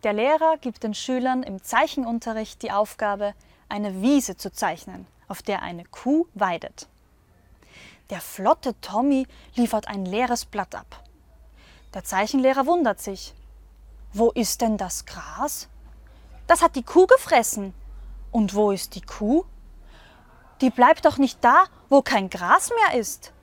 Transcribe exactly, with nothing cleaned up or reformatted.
Der Lehrer gibt den Schülern im Zeichenunterricht die Aufgabe, eine Wiese zu zeichnen, auf der eine Kuh weidet. Der flotte Tommy liefert ein leeres Blatt ab. Der Zeichenlehrer wundert sich. Wo ist denn das Gras? Das hat die Kuh gefressen. Und wo ist die Kuh? Die bleibt doch nicht da, wo kein Gras mehr ist.